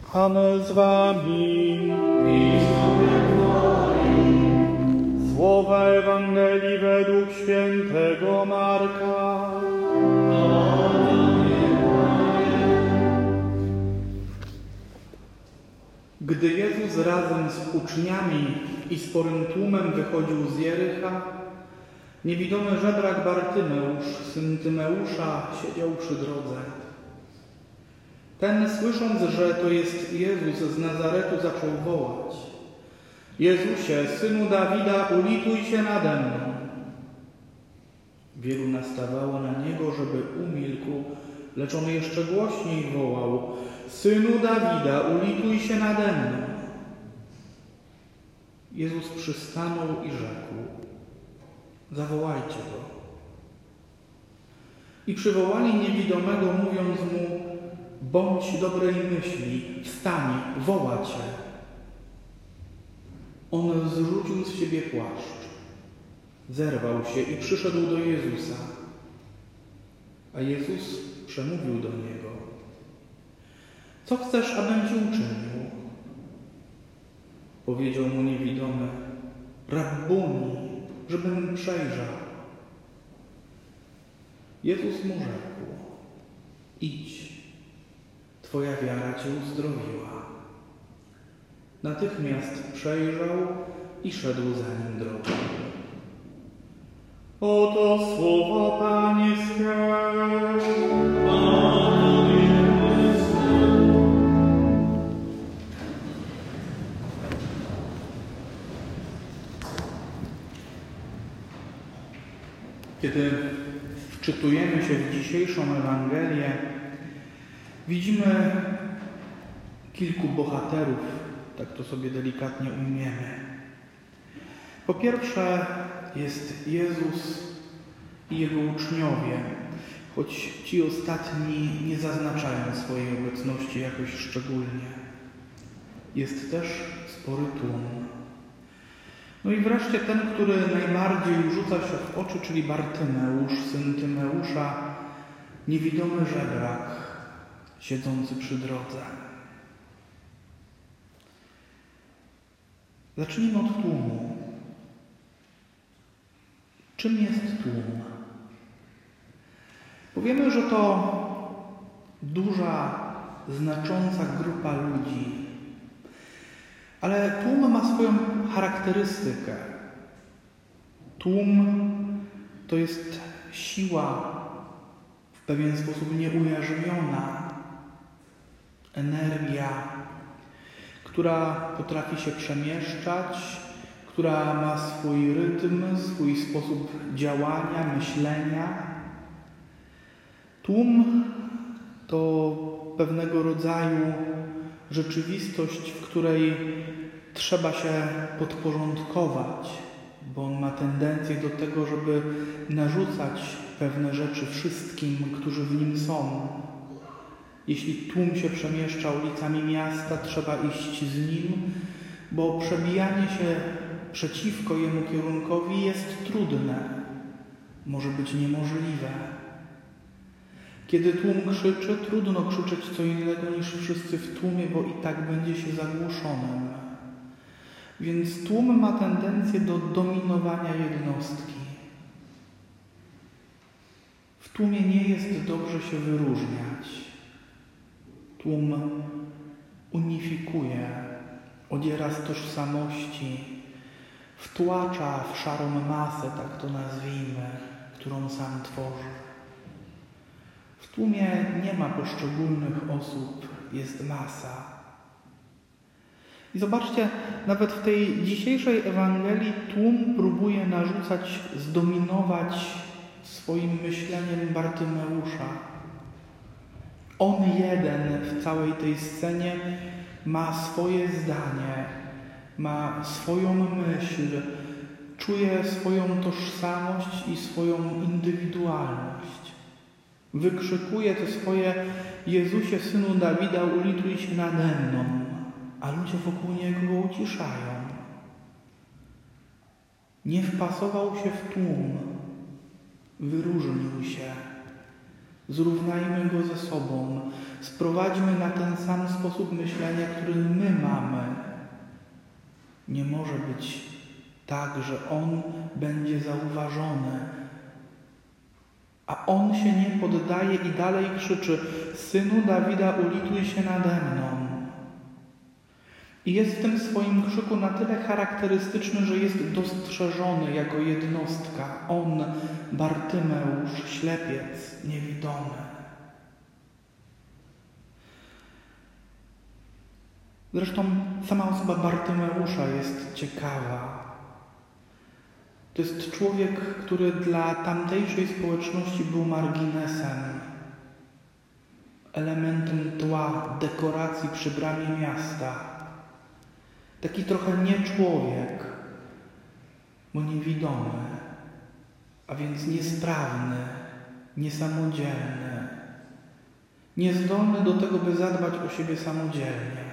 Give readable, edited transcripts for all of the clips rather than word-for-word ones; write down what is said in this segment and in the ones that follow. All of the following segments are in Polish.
Pan z wami. I z duchem Twoim. Słowa Ewangelii według świętego Marka. Gdy Jezus razem z uczniami i sporym tłumem wychodził z Jericha, niewidomy żebrak Bartymeusz, syn Tymeusza, siedział przy drodze. Ten, słysząc, że to jest Jezus z Nazaretu, zaczął wołać: Jezusie, synu Dawida, ulituj się nade mną. Wielu nastawało na niego, żeby umilkł, lecz on jeszcze głośniej wołał: Synu Dawida, ulituj się nade mną. Jezus przystanął i rzekł: Zawołajcie go. I przywołali niewidomego, mówiąc mu: Bądź dobrej myśli, wstań, woła cię. On zrzucił z siebie płaszcz, zerwał się i przyszedł do Jezusa. A Jezus przemówił do niego: Co chcesz, abym ci uczynił? Powiedział mu niewidomy: Rabbuni, żebym przejrzał. Jezus mu rzekł: Idź, twoja wiara cię uzdrowiła. Natychmiast przejrzał i szedł za nim drogą. Oto słowa Pańskie. Kiedy wczytujemy się w dzisiejszą Ewangelię, widzimy kilku bohaterów, tak to sobie delikatnie ujmiemy. Po pierwsze jest Jezus i Jego uczniowie, choć ci ostatni nie zaznaczają swojej obecności jakoś szczególnie. Jest też spory tłum. No i wreszcie ten, który najbardziej rzuca się w oczy, czyli Bartymeusz, syn Tymeusza, niewidomy żebrak, siedzący przy drodze. Zacznijmy od tłumu. Czym jest tłum? Powiemy, że to duża, znacząca grupa ludzi. Ale tłum ma swoją charakterystykę. Tłum to jest siła w pewien sposób nieujarzmiona, energia, która potrafi się przemieszczać, która ma swój rytm, swój sposób działania, myślenia. Tłum to pewnego rodzaju rzeczywistość, w której trzeba się podporządkować, bo on ma tendencję do tego, żeby narzucać pewne rzeczy wszystkim, którzy w nim są. Jeśli tłum się przemieszcza ulicami miasta, trzeba iść z nim, bo przebijanie się przeciwko jemu kierunkowi jest trudne, może być niemożliwe. Kiedy tłum krzyczy, trudno krzyczeć co innego niż wszyscy w tłumie, bo i tak będzie się zagłuszonym. Więc tłum ma tendencję do dominowania jednostki. W tłumie nie jest dobrze się wyróżniać. Tłum unifikuje, odziera z tożsamości, wtłacza w szarą masę, tak to nazwijmy, którą sam tworzy. W tłumie nie ma poszczególnych osób, jest masa. I zobaczcie, nawet w tej dzisiejszej Ewangelii tłum próbuje narzucać, zdominować swoim myśleniem Bartymeusza. On jeden w całej tej scenie ma swoje zdanie, ma swoją myśl, czuje swoją tożsamość i swoją indywidualność. Wykrzykuje to swoje: Jezusie, synu Dawida, ulituj się nade mną, a ludzie wokół niego go uciszają. Nie wpasował się w tłum, wyróżnił się. Zrównajmy go ze sobą. sprowadźmy na ten sam sposób myślenia, który my mamy. Nie może być tak, że On będzie zauważony, a On się nie poddaje i dalej krzyczy: Synu Dawida, ulituj się nade mną. I jest w tym swoim krzyku na tyle charakterystyczny, że jest dostrzeżony jako jednostka. On, Bartymeusz, ślepiec, niewidomy. Zresztą sama osoba Bartymeusza jest ciekawa. To jest człowiek, który dla tamtejszej społeczności był marginesem, elementem tła, dekoracji przy bramie miasta. Taki trochę nie człowiek, bo niewidomy, a więc niesprawny, niesamodzielny, niezdolny do tego, by zadbać o siebie samodzielnie.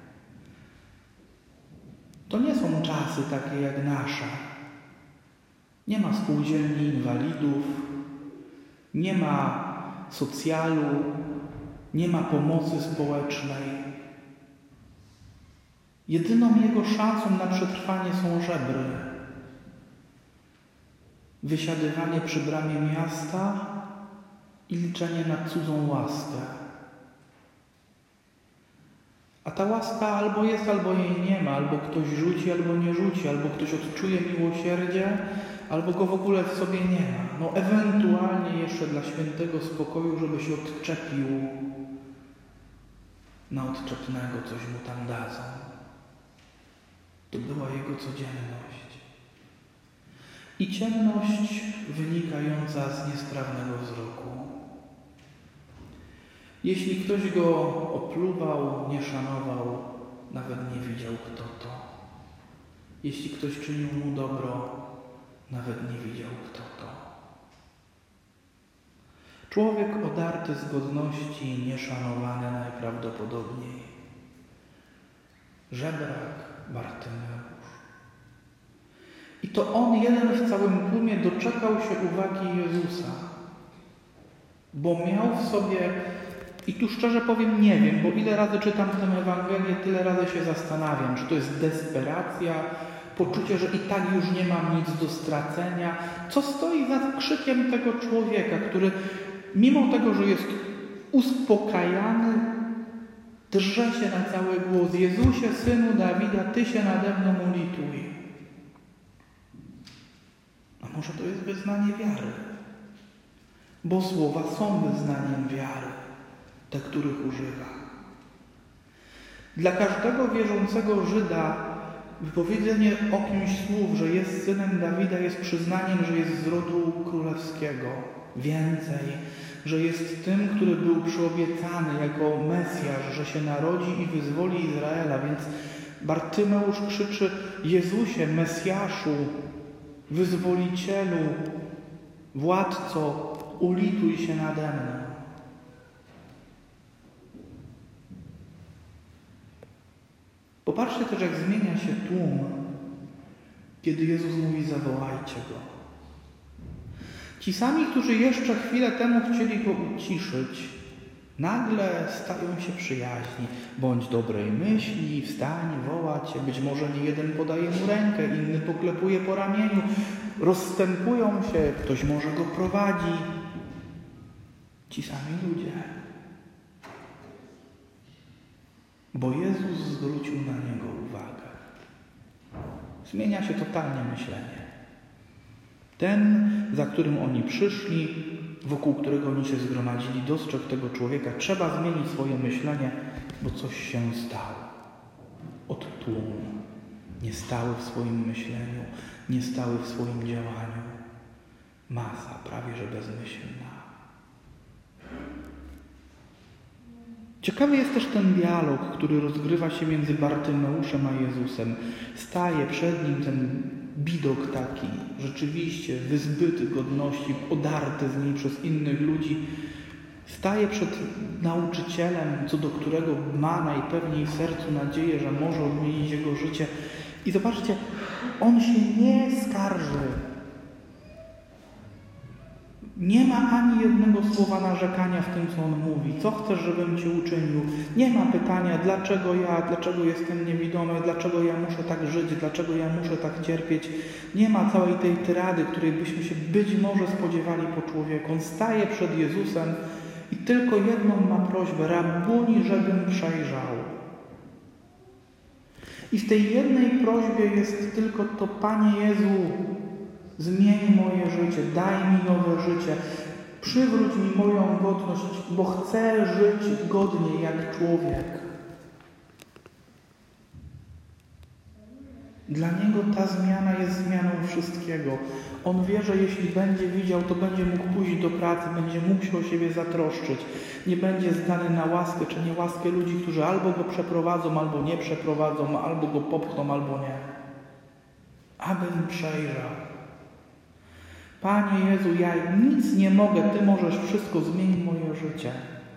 To nie są czasy takie jak nasze. Nie ma spółdzielni inwalidów, nie ma socjalu, nie ma pomocy społecznej. Jedyną jego szansą na przetrwanie są żebry. Wysiadywanie przy bramie miasta i liczenie na cudzą łaskę. A ta łaska albo jest, albo jej nie ma, albo ktoś rzuci, albo nie rzuci, albo ktoś odczuje miłosierdzie, albo go w ogóle w sobie nie ma. No ewentualnie jeszcze dla świętego spokoju, żeby się odczepił, na odczepnego coś mu tam dadzą. To była jego codzienność. I ciemność wynikająca z niesprawnego wzroku. Jeśli ktoś go opluwał, nie szanował, nawet nie widział, kto to. Jeśli ktoś czynił mu dobro, nawet nie widział, kto to. Człowiek odarty z godności, nieszanowany najprawdopodobniej. Żebrak, Bartymeusz. I to on jeden w całym tłumie doczekał się uwagi Jezusa, bo miał w sobie, i tu szczerze powiem, nie wiem, bo ile razy czytam tę Ewangelię, tyle razy się zastanawiam, czy to jest desperacja, poczucie, że i tak już nie mam nic do stracenia. Co stoi za krzykiem tego człowieka, który mimo tego, że jest uspokajany, drże się na cały głos: Jezusie, Synu Dawida, Ty się nade mną ulituj. A może to jest wyznanie wiary? Bo słowa są wyznaniem wiary, te, których używa. Dla każdego wierzącego Żyda wypowiedzenie o kimś słów, że jest synem Dawida, jest przyznaniem, że jest z rodu królewskiego. Więcej, że jest tym, który był przyobiecany jako Mesjasz, że się narodzi i wyzwoli Izraela. Więc Bartymeusz krzyczy: Jezusie, Mesjaszu, Wyzwolicielu, Władco, ulituj się nade mną. Popatrzcie też, jak zmienia się tłum, kiedy Jezus mówi: zawołajcie Go. Ci sami, którzy jeszcze chwilę temu chcieli Go uciszyć, nagle stają się przyjaźni. Bądź dobrej myśli, wstań, woła Cię. Być może nie jeden podaje mu rękę, inny poklepuje po ramieniu. Rozstępują się, ktoś może go prowadzi. Ci sami ludzie. Bo Jezus zwrócił na niego uwagę. Zmienia się totalnie myślenie. Ten, za którym oni przyszli, wokół którego oni się zgromadzili, dostrzegł tego człowieka. Trzeba zmienić swoje myślenie, bo coś się stało. Od tłumu. Nie stały w swoim myśleniu, nie stały w swoim działaniu. Masa, prawie że bezmyślna. Ciekawy jest też ten dialog, który rozgrywa się między Bartymeuszem a Jezusem. Staje przed nim ten bidok taki, rzeczywiście wyzbyty godności, odarty z niej przez innych ludzi. Staje przed nauczycielem, co do którego ma najpewniej w sercu nadzieję, że może odmienić jego życie. I zobaczcie, on się nie skarży. Nie ma ani jednego słowa narzekania w tym, co on mówi. Co chcesz, żebym Ci uczynił? Nie ma pytania, dlaczego ja, dlaczego jestem niewidomy, dlaczego ja muszę tak żyć, dlaczego ja muszę tak cierpieć. Nie ma całej tej tyrady, której byśmy się być może spodziewali po człowieku. On staje przed Jezusem i tylko jedną ma prośbę: Rabbuni, żebym przejrzał. I w tej jednej prośbie jest tylko to: Panie Jezu, zmień moje życie, daj mi nowe życie, przywróć mi moją godność, bo chcę żyć godnie jak człowiek. Dla niego ta zmiana jest zmianą wszystkiego. On wie, że jeśli będzie widział, to będzie mógł pójść do pracy, będzie mógł się o siebie zatroszczyć. Nie będzie zdany na łaskę czy niełaskę ludzi, którzy albo go przeprowadzą, albo nie przeprowadzą, albo go popchną, albo nie. Abym przejrzał. Panie Jezu, ja nic nie mogę, Ty możesz wszystko, zmień moje życie.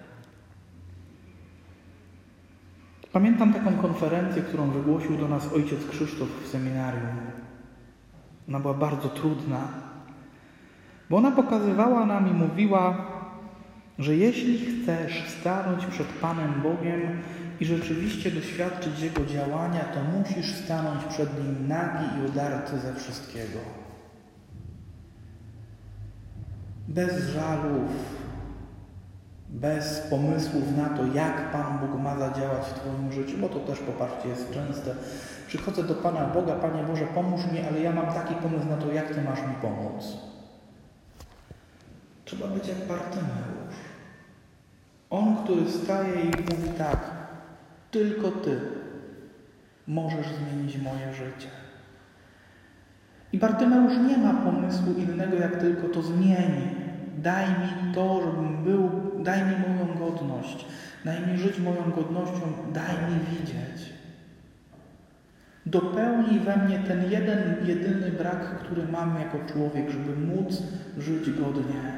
Pamiętam taką konferencję, którą wygłosił do nas ojciec Krzysztof w seminarium. Ona była bardzo trudna, bo ona pokazywała nam i mówiła, że jeśli chcesz stanąć przed Panem Bogiem i rzeczywiście doświadczyć Jego działania, to musisz stanąć przed Nim nagi i udarty ze wszystkiego. Bez żalów, bez pomysłów na to, jak Pan Bóg ma zadziałać w Twoim życiu, bo to też, popatrzcie, jest częste. Przychodzę do Pana Boga: Panie Boże, pomóż mi, ale ja mam taki pomysł na to, jak Ty masz mi pomóc. Trzeba być jak Bartymeusz. On, który staje i mówi tak: tylko Ty możesz zmienić moje życie. I Bartymeusz nie ma pomysłu innego, jak tylko to zmieni. Daj mi to, żebym był, daj mi moją godność, daj mi żyć moją godnością, daj mi widzieć. Dopełnij we mnie ten jedyny brak, który mam jako człowiek, żeby móc żyć godnie.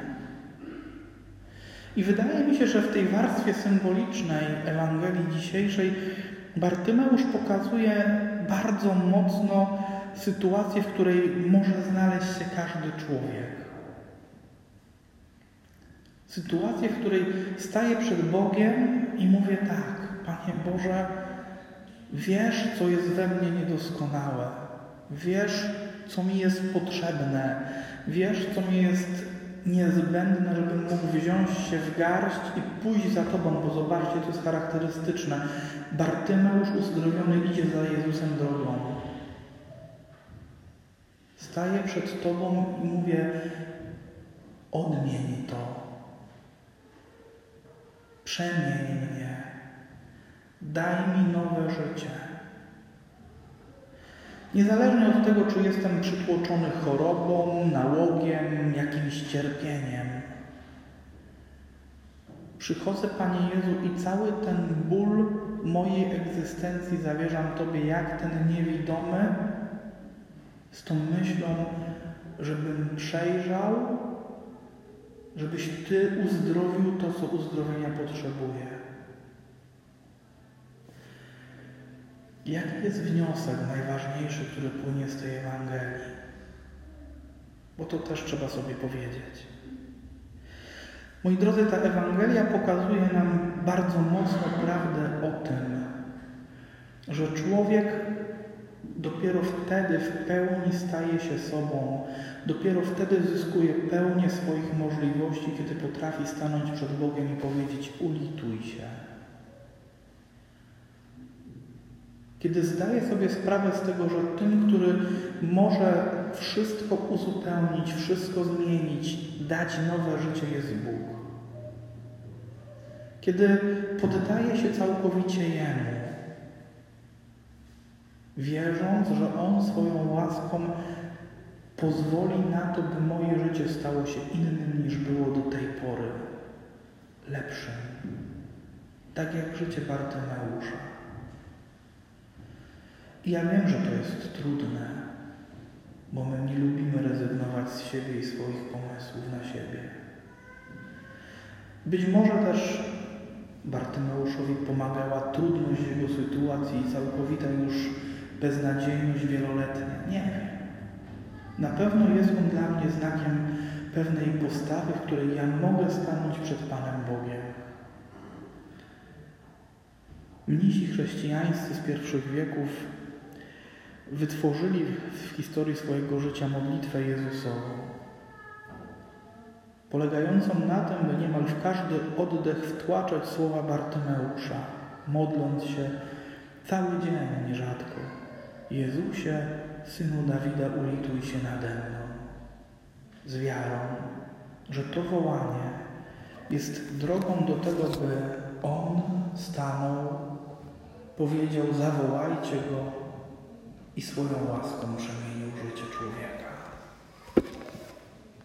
I wydaje mi się, że w tej warstwie symbolicznej Ewangelii dzisiejszej Bartymeusz pokazuje bardzo mocno sytuację, w której może znaleźć się każdy człowiek. Sytuację, w której staję przed Bogiem i mówię tak: Panie Boże, wiesz, co jest we mnie niedoskonałe. Wiesz, co mi jest potrzebne. Wiesz, co mi jest niezbędne, żebym mógł wziąć się w garść i pójść za Tobą, bo zobaczcie, to jest charakterystyczne. Bartymeusz uzdrowiony idzie za Jezusem drogą. Staję przed Tobą i mówię: odmień to. Przemień mnie. Daj mi nowe życie. Niezależnie od tego, czy jestem przytłoczony chorobą, nałogiem, jakimś cierpieniem. Przychodzę, Panie Jezu, i cały ten ból mojej egzystencji zawierzam Tobie, jak ten niewidomy, z tą myślą, żebym przejrzał, żebyś Ty uzdrowił to, co uzdrowienia potrzebuje. Jaki jest wniosek najważniejszy, który płynie z tej Ewangelii? Bo to też trzeba sobie powiedzieć. Moi drodzy, ta Ewangelia pokazuje nam bardzo mocno prawdę o tym, że człowiek dopiero wtedy w pełni staje się sobą, dopiero wtedy zyskuje pełnię swoich możliwości, kiedy potrafi stanąć przed Bogiem i powiedzieć: ulituj się. Kiedy zdaje sobie sprawę z tego, że tym, który może wszystko uzupełnić, wszystko zmienić, dać nowe życie, jest Bóg. Kiedy poddaje się całkowicie Jemu, wierząc, że On swoją łaską pozwoli na to, by moje życie stało się innym, niż było do tej pory. Lepszym. Tak jak życie Bartymeusza. I ja wiem, że to jest trudne, bo my nie lubimy rezygnować z siebie i swoich pomysłów na siebie. Być może też Bartymeuszowi pomagała trudność jego sytuacji i całkowita już beznadziejność wieloletnia. Nie wiem. Na pewno jest on dla mnie znakiem pewnej postawy, w której ja mogę stanąć przed Panem Bogiem. Mnisi chrześcijańscy z pierwszych wieków wytworzyli w historii swojego życia modlitwę Jezusową, polegającą na tym, by niemal w każdy oddech wtłaczać słowa Bartymeusza, modląc się cały dzień nierzadko: Jezusie, Synu Dawida, ulituj się nade mną. Z wiarą, że to wołanie jest drogą do tego, by On stanął, powiedział: zawołajcie Go, i swoją łaską przemienił życie człowieka.